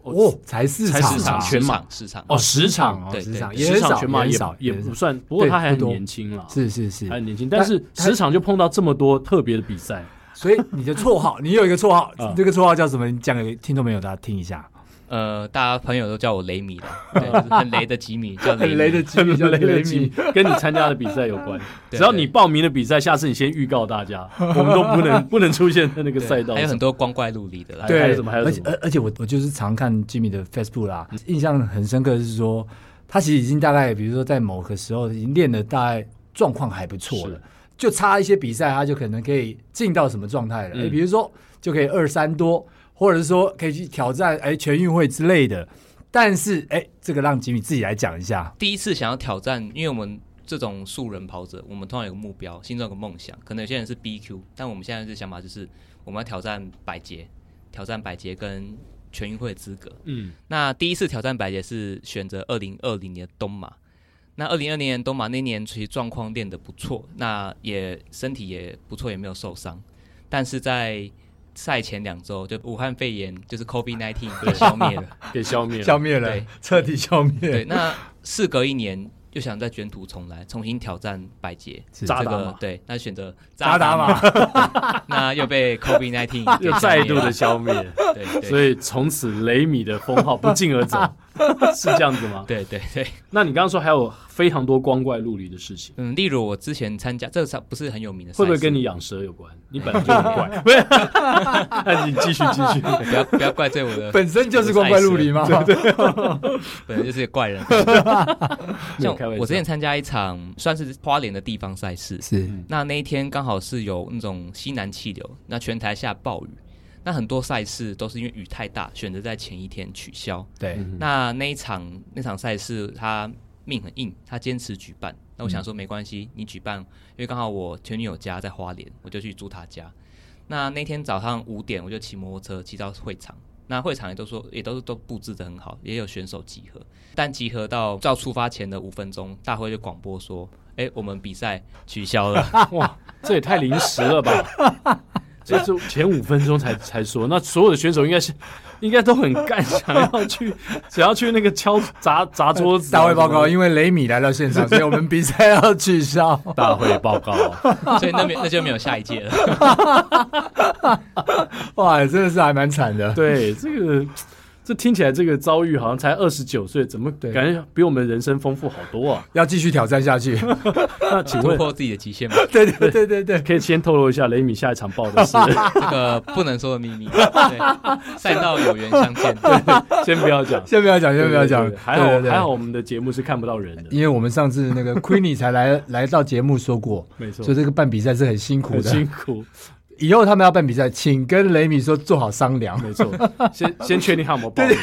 才4 才场， 4场全马 10场哦，10场对 10场对也很少， 全马也很少， 也不算，不过他还很年轻啦， 是， 还很年轻，但是10场就碰到这么多特别的比赛。 所以你的绰号，你有一个绰号，这个绰号叫什么？你讲给听众朋友大家听一下。 大家朋友都叫我雷米了，对，就是很雷的吉米，叫雷米。 很雷的吉米，叫雷米， 跟你参加的比赛有关。只要你报名的比赛，下次你先预告大家，我们都不能出现在那个赛道上。 还有很多光怪陆离的啦。 对， 还有什么？ 而且我就是常看吉米的 Facebook 啦，印象很深刻的是说，他其实已经大概，比如说在某个时候已经练的大概状况还不错了，就差一些比赛，他就可能可以进到什么状态了。比如说就可以2-3多。或者是说可以去挑战全运会之类的，但是这个让吉米自己来讲一下。 第一次想要挑战，因为我们这种素人跑者，我们通常有个目标，心中有个梦想，可能有些人是 BQ， 但我们现在的想法就是我们要挑战百捷跟全运会的资格。那第一次挑战百捷是选择2020年的东马。那2020年东马那年其实状况练得不错，那也身体也不错，也没有受伤，但是在赛前2周，就武汉肺炎，就是 COVID-19 被消灭了， 消灭了， 对， 彻底消灭。 对，那事隔1年，又想再卷土重来，重新挑战百捷， 扎达马， 对，那选择扎达马， 那又被 COVID-19 又再度的消灭， 对， 所以从此雷米的封号不胫而走，是这样子吗？ 对。 那你刚刚说还有非常多光怪陆离的事情， 例如我之前参加这个不是很有名的赛事， 会不会跟你养蛇有关？你本来就很怪，不是？那你继续， 不要怪罪我的， 本身就是光怪陆离吗？ 对，本身就是个怪人。像我之前参加一场算是花莲的地方赛事， 是那一天刚好是有那种西南气流，那全台下暴雨。那很多赛事都是因为雨太大，选择在前一天取消。 对， 那场赛事他命很硬，他坚持举办。那我想说没关系，你举办，因为刚好我前女友家在花莲，我就去住她家。那天早上5点，我就骑摩托车骑到会场。那会场也都布置得很好，也有选手集合。但集合到出发前的5分钟，大会就广播说：“我们比赛取消了。” 哇，这也太临时了吧！这是前5分钟才说，那所有的选手应该都很干，想要去那个砸桌子。 大会报告，因为雷米来到现场，所以我们比赛要取消。 大会报告， 所以那就没有下一届了。 哇，真的是还蛮惨的。 对，这听起来这个遭遇好像才29岁，怎么感觉比我们人生丰富好多啊？ 要继续挑战下去。 那请问突破自己的极限吗？ 对， 可以先透露一下雷米下一场报的是这个不能说的秘密。对，赛道有缘相见。 对，先不要讲。还好我们的节目是看不到人的， 因为我们上次那个 Queenie 才来到节目说过， 没错， 所以这个办比赛是很辛苦的， 很辛苦。 以后他们要办比赛，请跟雷米说做好商量。 没错，先确定他有没有报名。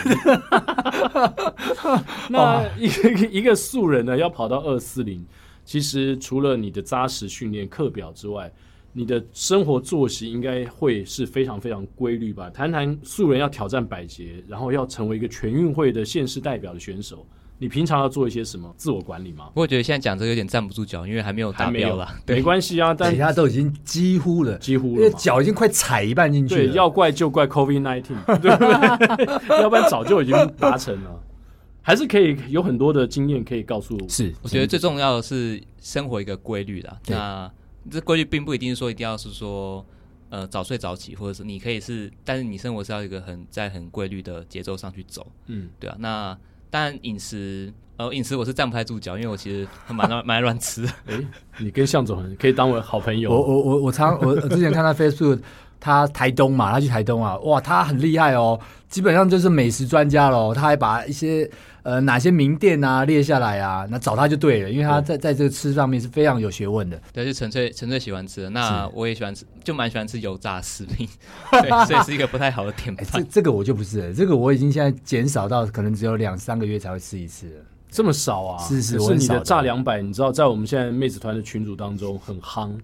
那一个素人呢，要跑到240，其实除了你的扎实训练课表之外，你的生活作息应该会是非常非常规律吧？谈谈素人要挑战百捷，然后要成为一个全运会的县市代表的选手。你平常要做一些什么自我管理吗？ 我觉得现在讲这个有点站不住脚，因为还没有达标啦。 没关系啊，但他都已经几乎了，因为脚已经快踩一半进去了。 对，要怪就怪 COVID-19， 对不对？要不然早就已经达成了。还是可以有很多的经验可以告诉我。 是， 我觉得最重要的是生活一个规律啦。那这规律并不一定说一定要是说早睡早起，或者是你可以是，但是你生活是要一个在很规律的节奏上去走。对啊，那。当然饮食我是站不太住脚，因为我其实蛮爱乱吃。 你跟向总可以当我好朋友。 我之前看他 Facebook， 他台东嘛，他去台东啊，哇，他很厉害哦，基本上就是美食专家咯。他还把一些哪些名店啊列下来啊，那找他就对了，因为他在这个吃上面是非常有学问的。 对，就纯粹喜欢吃的。那我也喜欢吃，就蛮喜欢吃油炸食品，对，所以是一个不太好的典范。 这个我就不是了，这个我已经现在减少到可能只有2-3个月才会吃一次了。 这么少啊？ 是， 可是你的炸200，你知道在我们现在妹子团的群组当中很夯。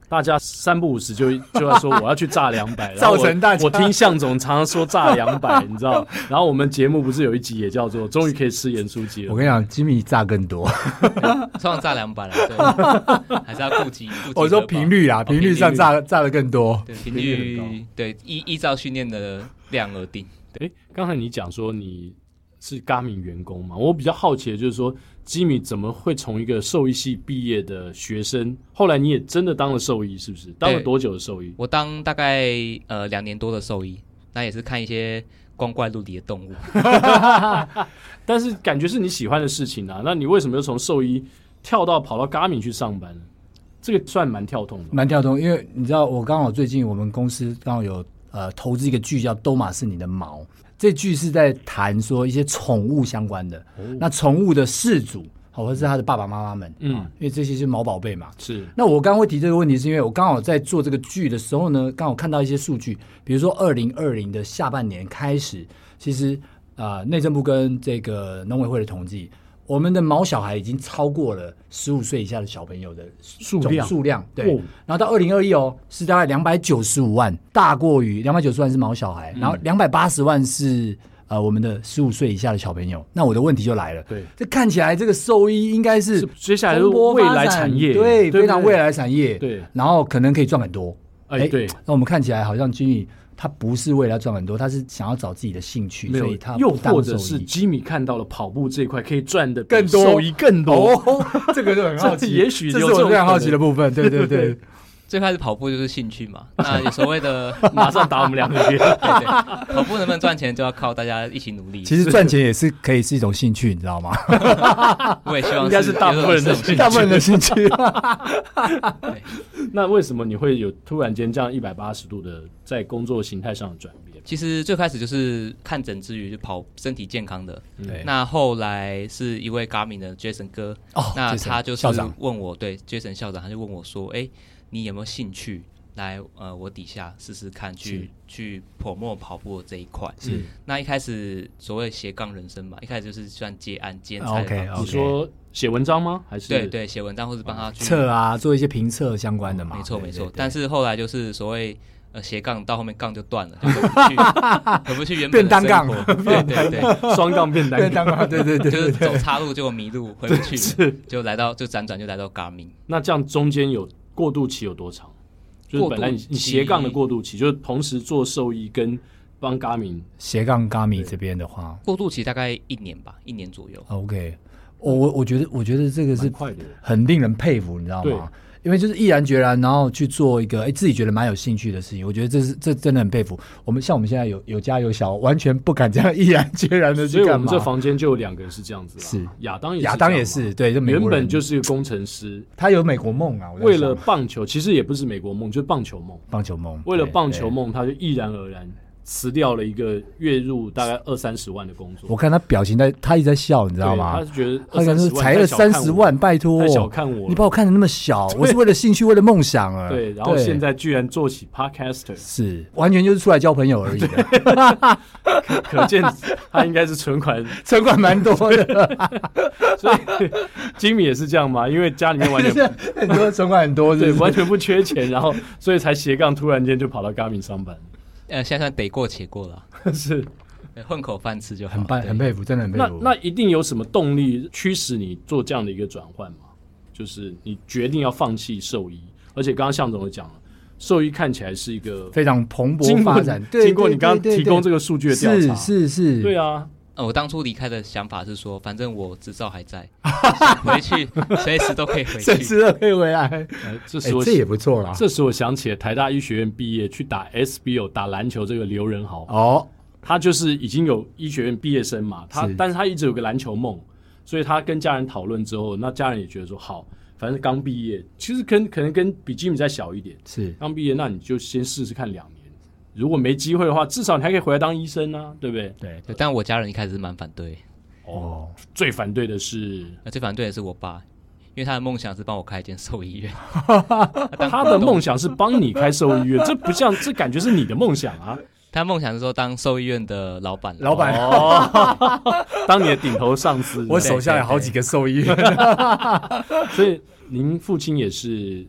大家3不5时就要说我要去炸200， 造成大家我听向总常常说炸200，你知道？然后我们节目不是有一集也叫做终于可以吃盐酥鸡了。 我跟你讲，Jimmy 炸更多， 通常炸200了，对，还是要顾及。 我说频率啊，频率上炸的更多， 对，频率对依照训练的量而定。 对，刚才你讲说你是 Garmin 员工嘛？我比较好奇的就是说，Jimmy 怎么会从一个兽医系毕业的学生，后来你也真的当了兽医，是不是？当了多久的兽医？ 我当大概2年多的兽医，那也是看一些光怪陆离的动物。 但是感觉是你喜欢的事情啊，那你为什么又从兽医跑到 Garmin 去上班呢？这个算蛮跳动的， 蛮跳动，因为你知道，我刚好最近我们公司刚好有投资一个剧叫《都马是你的毛》，这剧是在谈说一些宠物相关的，那宠物的饲主或者是他的爸爸妈妈们，因为这些是毛宝贝嘛。 是。 那我刚刚会提这个问题，是因为我刚好在做这个剧的时候呢，刚好看到一些数据，比如说2020的下半年开始，其实内政部跟这个农委会的统计，我们的毛小孩已经超过了15岁以下的小朋友的数量，对。然后到2021是大概295万，大过于290万是毛小孩，然后280万是我们的15岁以下的小朋友。那我的问题就来了， 对， 这看起来这个兽医应该是接下来是未来产业， 对，非常未来产业， 对， 然后可能可以赚很多， 对。 那我们看起来好像Jimmy他不是为了赚很多，他是想要找自己的兴趣，所以他又或者是 Jimmy 看到了跑步这一块可以赚的更多， 兽医更多， 这个就很好奇， 也许这是我非常好奇的部分，对对对。 最开始跑步就是兴趣嘛，那有所谓的马上打我们2个月， 对，跑步能不能赚钱就要靠大家一起努力。 其实赚钱也是可以是一种兴趣，你知道吗？ 我也希望应该是大部分人的兴趣。 对， 那为什么你会有突然间这样180度的在工作形态上的转变？ 其实最开始就是看诊之余就跑身体健康的， 对。 那后来是一位 Garmin 的 Jason 哥，那他就是问我，对 Jason 校长，他就问我说，你有没有兴趣来我底下试试看，去 promote 跑步的这一块？ 是。 那一开始所谓斜杠人生嘛，一开始就是算接案兼差的方式。 你说写文章吗？还是对写文章，或是帮他去测啊，做一些评测相关的嘛？ 没错没错。但是后来就是所谓斜杠到后面杠就断了，就回不去原本的生活。对， 双杠变单杠， 对， 就是走岔路结果迷路回不去，就辗转就来到 Garmin。 那这样中间有过渡期有多长？就是本来你斜杠的过渡期，就是同时做兽医跟帮 Garmin 斜杠 Garmin 这边的话， 过渡期大概1年吧，1年左右。 OK， 我觉得这个是很令人佩服，你知道吗？因为就是毅然决然，然后去做一个自己觉得蛮有兴趣的事情，我觉得这真的很佩服。我们现在有家有小，完全不敢这样毅然决然的去干嘛。 所以我们这房间就有2个人是这样子啦。 是亚当也是，对，就原本就是一个工程师， 他有美国梦啊。 为了棒球，其实也不是美国梦，就是棒球梦。为了棒球梦，他就毅然而然辞掉了一个月入大概20-30万的工作。 我看他表情他一直在笑，你知道吗？ 他觉得他可能是才了30万，拜托， 太小看我了， 你把我看得那么小，我是为了兴趣，为了梦想啊。 对，然后现在居然做起 podcaster， 是完全就是出来交朋友而已的。 可见他应该是存款蛮多的。 所以Jimmy也是这样嘛，因为家里面完全很多存款很多， 对，完全不缺钱，然后所以才斜杠突然间就跑到 Garmin 上班。 现在算得过且过了， 是混口饭吃就好， 很佩服，真的很佩服。 那一定有什么动力驱使你做这样的一个转换吗？就是你决定要放弃兽医，而且刚刚向总有讲了，兽医看起来是一个非常蓬勃发展。 经过你刚刚提供这个数据的调查， 是， 对啊。 我当初离开的想法是说，反正我执照还在，回去随时都可以回去， 随时都可以回来。这也不错啦。 这时我想起了台大医学院毕业去打 SBO 打篮球这个刘仁豪他就是已经有医学院毕业生嘛，但是他一直有个篮球梦，所以他跟家人讨论之后，那家人也觉得说好，反正刚毕业，其实可能跟比 Jimmy 再小一点， 是刚毕业，那你就先试试看2年。如果没机会的话，至少你还可以回来当医生啊，对不对？ 对，但我家人一开始是蛮反对。 最反对的是我爸，因为他的梦想是帮我开一间兽医院。 他的梦想是帮你开兽医院，这不像，这感觉是你的梦想啊。 他梦想是说当兽医院的老板当你的顶头上司。 我手下有好几个兽医院， 所以您父亲也是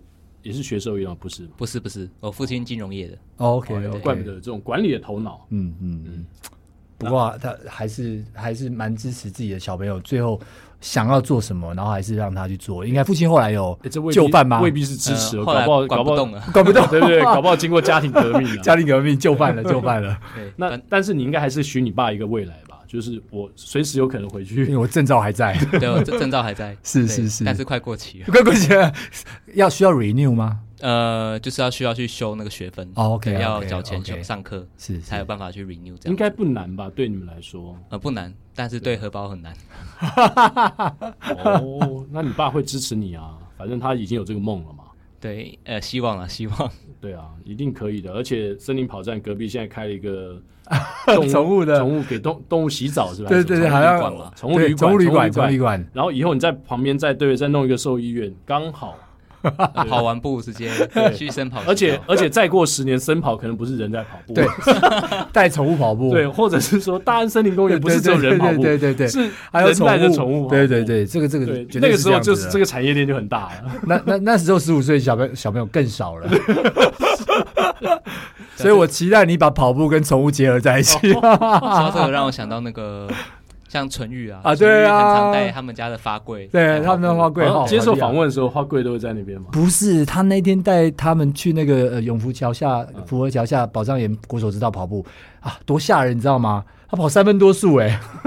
也是学兽医吗？不是， 不是，我父亲金融业的。 OK， 怪不得这种管理的头脑。 不过他还是蛮支持自己的小朋友，最后想要做什么，然后还是让他去做。应该父亲后来有就范吗？ 未必是支持， 后来搞不动了， 搞不动， 对不对？搞不好经过家庭革命， 家庭革命就范了。 那但是你应该还是许你爸一个未来吧？就是我随时有可能回去， 因为我证照还在。 对，我证照还在。 是， 但是快过期了。 快过期了，需要 renew 吗？ 就是需要去修那个学分。 OK， 要缴钱上课， 是才有办法去 renew 这样。 应该不难吧？对你们来说， 不难，但是对荷包很难。 那你爸会支持你啊？反正他已经有这个梦了嘛。 对，希望。 对啊，一定可以的。而且森林跑站隔壁现在开了一个宠物给动物洗澡是吧？ 对，好像宠物旅馆。 然后以后你在旁边再弄一个兽医院，刚好。 跑完步直接去森跑， 而且再过10年，森跑可能不是人在跑步， 对，带宠物跑步， 对，或者是说大安森林公园不是只有人跑步， 对， 是人带着宠物， 对，这个那个时候就是这个产业链就很大了。 那时候15岁小朋友更少了，所以我期待你把跑步跟宠物结合在一起。 说到这个让我想到那个。像纯玉啊， 对啊， 很常带他们家的花柜， 对，他们的花柜。 接受访问的时候，花柜都会在那边吗？ 不是，他那天带他们去那个永福桥下、福和桥下宝藏岩国手之道跑步啊，多吓人，你知道吗？他跑3分多速，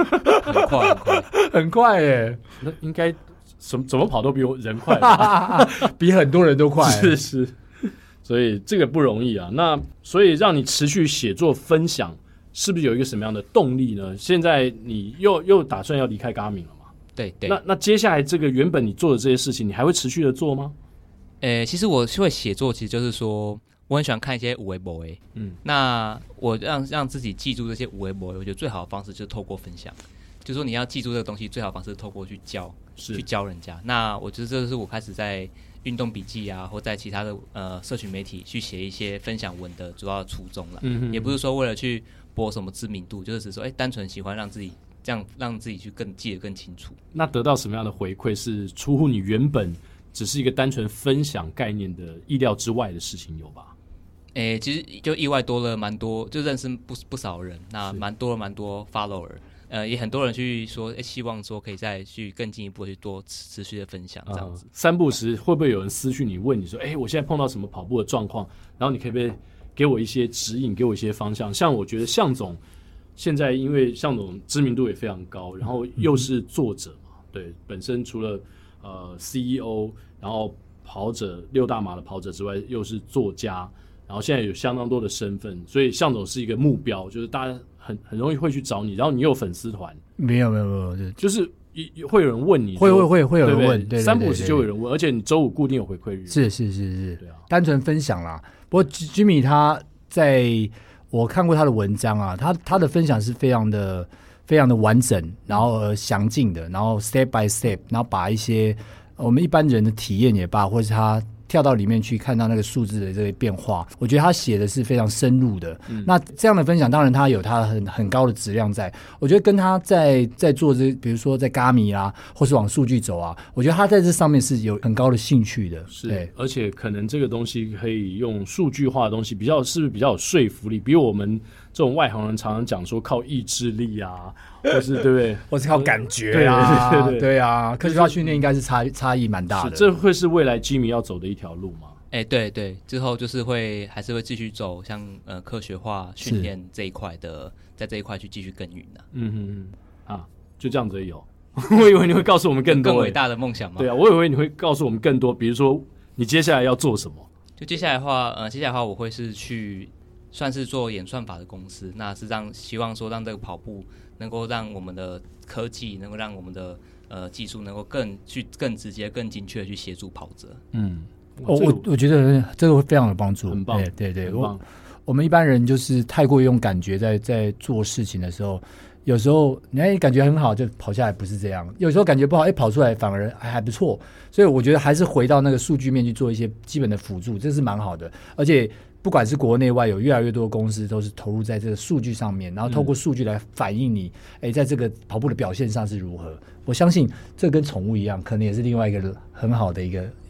很快那应该怎么跑都比我人快吧， 比很多人都快， 是，所以这个不容易啊。那所以让你持续写作分享。是不是有一个什么样的动力呢？现在你又打算要离开Garmin了嘛？ 对。 那接下来这个原本你做的这些事情，你还会持续的做吗？ 其实我会写作，其实就是说我很喜欢看一些有的没的。那我让自己记住这些有的没的，我觉得最好的方式就是透过分享。就是说你要记住这个东西，最好的方式是透过去教人家。那我觉得这是我开始在运动笔记啊，或在其他的社群媒体去写一些分享文的主要的初衷啦。也不是说为了去博什么知名度，就是说单纯喜欢让自己这样让自己去更记得更清楚。 那得到什么样的回馈是出乎你原本只是一个单纯分享概念的意料之外的事情有吧？ 其实就意外多了蛮多，就认识不少人，那蛮多 follower。也很多人去说，希望说可以再去更进一步去多持续的分享这样子。 3不时会不会有人私讯你问你说，我现在碰到什么跑步的状况，然后你可不可以给我一些指引，给我一些方向？像我觉得向总现在因为向总知名度也非常高，然后又是作者嘛，对，本身除了CEO， 然后跑者6大马的跑者之外，又是作家，然后现在有相当多的身份，所以向总是一个目标，就是大家很容易会去找你，然后你有粉丝团， 没有， 就是会有人问你， 会有人问， 对，3不时就有人问，而且你周5固定有回馈日， 是， 对啊， 单纯分享啦。不过 Jimmy 他我看过他的文章啊，他的分享是非常的完整，然后详尽的，然后 step by step， 然后把一些我们一般人的体验也罢，或是他跳到里面去看到那个数字的这个变化，我觉得他写的是非常深入的。那这样的分享，当然他有他很高的质量在。我觉得跟他在做比如说在Garmin啊，或是往数据走啊，我觉得他在这上面是有很高的兴趣的。 是， 对， 而且可能这个东西可以用数据化的东西，是不是比较有说服力？比我们这种外行人常常讲说靠意志力啊，或是对不对？ 或是靠感觉啊，对啊，科学化训练应该是差异蛮大的。 这会是未来Jimmy要走的一条路吗？ 对，之后就是还是会继续走像科学化训练这一块的，在这一块去继续耕耘的。 就这样子有。我以为你会告诉我们更多更伟大的梦想嘛。 对啊，我以为你会告诉我们更多，比如说你接下来要做什么。 就接下来的话，我会是去算是做演算法的公司，那是希望说让这个跑步能够让我们的科技能够让我们的技术能够更直接、更精确的去协助跑者。 我觉得这个会非常有帮助， 很棒。 对，我们一般人就是太过于用感觉在做事情的时候，有时候你感觉很好就跑下来，不是这样；有时候感觉不好，跑出来反而还不错。所以我觉得还是回到那个数据面去做一些基本的辅助，这是蛮好的。而且不管是国内外，有越来越多的公司都是投入在这个数据上面，然后透过数据来反映你在这个跑步的表现上是如何。我相信这跟宠物一样，可能也是另外一个很好的一个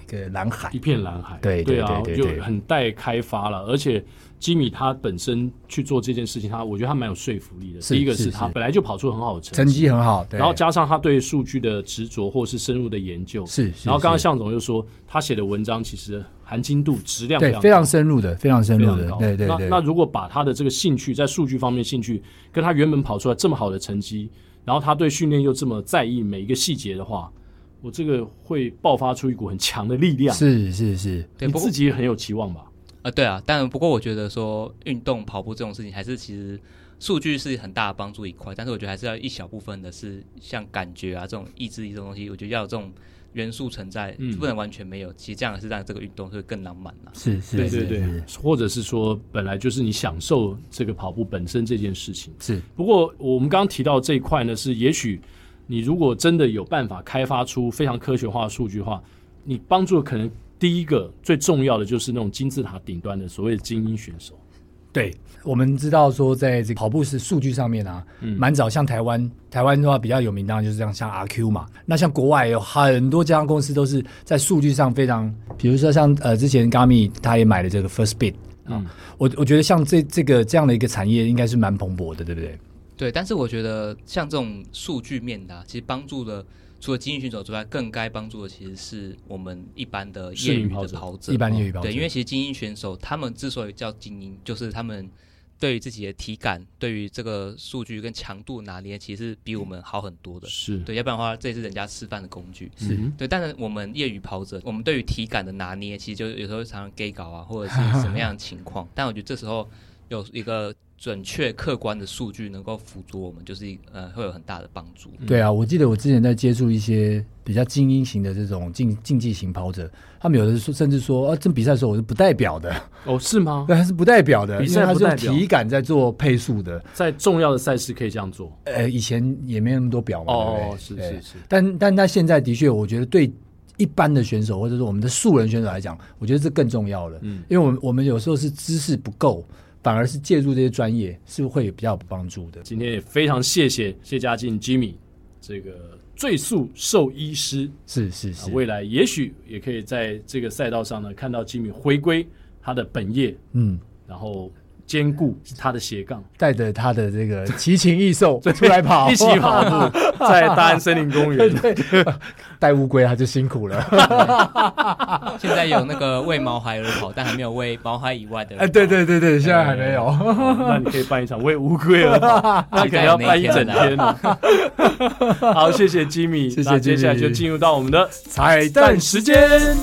个蓝海， 一片蓝海。 对对啊，就很待开发了。而且吉米他本身去做这件事情，我觉得他蛮有说服力的。第一个是他本来就跑出很好的成绩很好，对， 然后加上他对数据的执着或是深入的研究，然后刚刚向总又说他写的文章其实含金度、质量非常深入的，非常深入的。对。 那如果把他的这个兴趣在数据方面兴趣跟他原本跑出来这么好的成绩，然后他对训练又这么在意每一个细节的话，我这个会爆发出一股很强的力量。 是， 你自己也很有期望吧？ 对啊，但不过我觉得说运动跑步这种事情，还是其实数据是很大的帮助一块，但是我觉得还是要一小部分的是像感觉啊这种意志力这种东西，我觉得要有这种元素存在，不能完全没有。其实这样是让这个运动会更浪漫啊。 是， 对，或者是说本来就是你享受这个跑步本身这件事情。 是， 不过我们刚刚提到这一块呢，是也许你如果真的有办法开发出非常科学化的数据的话，你帮助的可能第一个最重要的就是那种金字塔顶端的所谓的精英选手。 对，我们知道说在这个跑步是数据上面啊，蛮早，像台湾的话比较有名，当然就是这样，像 RQ 嘛。那像国外有很多家公司都是在数据上非常，比如说像之前 Garmin 他也买了这个 First Bit 啊，我觉得像这样的一个产业应该是蛮蓬勃的，对不对？ 对，但是我觉得像这种数据面的其实帮助的除了精英选手之外，更该帮助的其实是我们一般的业余的跑者， 一般业余跑者。 对，因为其实精英选手他们之所以叫精英，就是他们对于自己的体感，对于这个数据跟强度拿捏，其实比我们好很多的。 是对，要不然的话，这也是人家吃饭的工具。 是对，但是我们业余跑者，我们对于体感的拿捏，其实就有时候常常 gay 搞啊，或者是什么样的情况。但我觉得这时候有一个准确客观的数据能够辅助我们，就是会有很大的帮助。 对啊，我记得我之前在接触一些比较精英型的这种竞技型跑者，他们有的甚至说这比赛的时候我是不代表的。 哦，是吗？ 对，他是不代表的， 比赛不代表， 因为他是用体感在做配速的， 在重要的赛事可以这样做。 以前也没那么多表嘛。 哦， 对不对？ 是。 但他现在的确，我觉得对一般的选手或者说我们的素人选手来讲，我觉得这更重要了。因为我们有时候是知识不够，反而是借助这些专业是会比较有帮助的。 今天也非常谢家劲 Jimmy 这个最速兽医师， 是未来也许也可以在这个赛道上呢看到 Jimmy 回归他的本业，然后兼顾他的斜杠， 带着他的这个奇禽异兽出来跑， 一起跑步，在大安森林公园。 对，带乌龟他就辛苦了。 现在有那个为毛孩而跑，但还没有为毛孩以外的人跑。 对，现在还没有。 那你可以办一场为乌龟而跑，那可能要办一整天了。好，谢谢 Jimmy， 谢谢 Jimmy。 那接下来就进入到我们的彩蛋时间。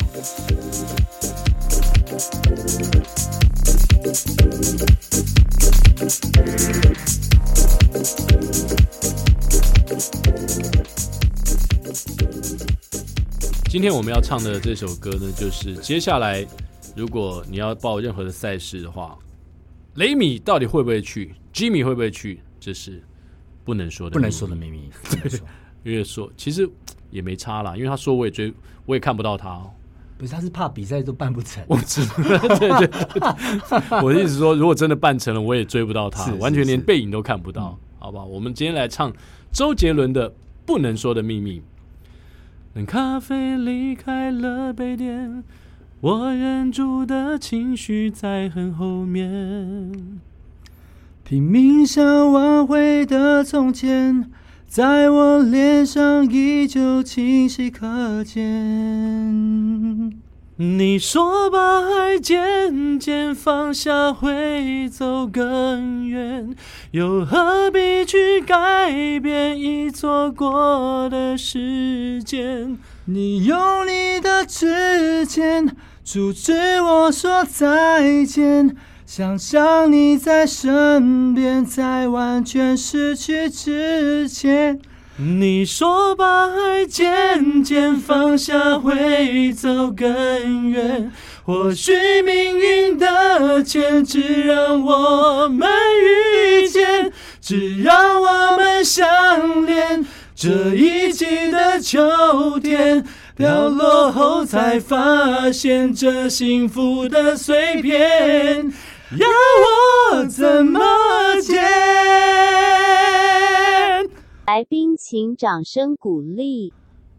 今天我们要唱的这首歌呢，就是接下来如果你要报任何的赛事的话，雷米到底会不会去， Jimmy 会不会去，这是不能说的秘密。因为说其实也没差啦，因为他说我也看不到他。 不是，他是怕比赛都办不成。 我知道，对，我的意思说，如果真的办成了，我也追不到他，完全连背影都看不到，好不好？我们今天来唱周杰伦的《不能说的秘密》。等咖啡离开了杯垫，我忍住的情绪在很后面， 拼命想挽回的从前，在我脸上依旧清晰可见。 你说把爱渐渐放下会走更远，又何必去改变已错过的时间？ 你用你的指尖阻止我说再见，想象你在身边，在完全失去之前。 你说把爱渐渐放下会走更远，或许命运的牵制让我们遇见，只让我们相恋。这一季的秋天掉落后才发现，这幸福的碎片要我怎么捡？ 来宾请掌声鼓励。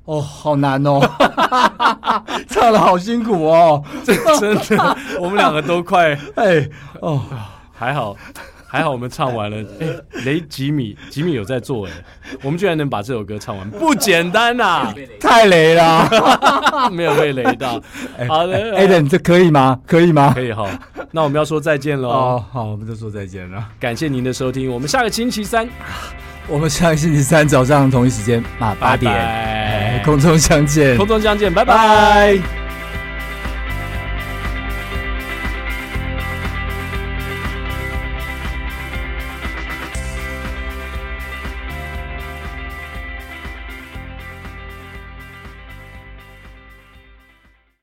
哦，好难哦，唱的好辛苦哦， 真的，我们两个都快哦， 还好我们唱完了。吉米有在做我们居然能把这首歌唱完，不简单呐， 太雷了， 没有被雷到。好的 ，Aden，这可以吗？可以吗？ 可以哈，那我们要说再见喽。 哦，好，我们就说再见了。 感谢您的收听，我们下个星期三， 我们下个星期三早上同一时间8点，空中相见， 拜拜。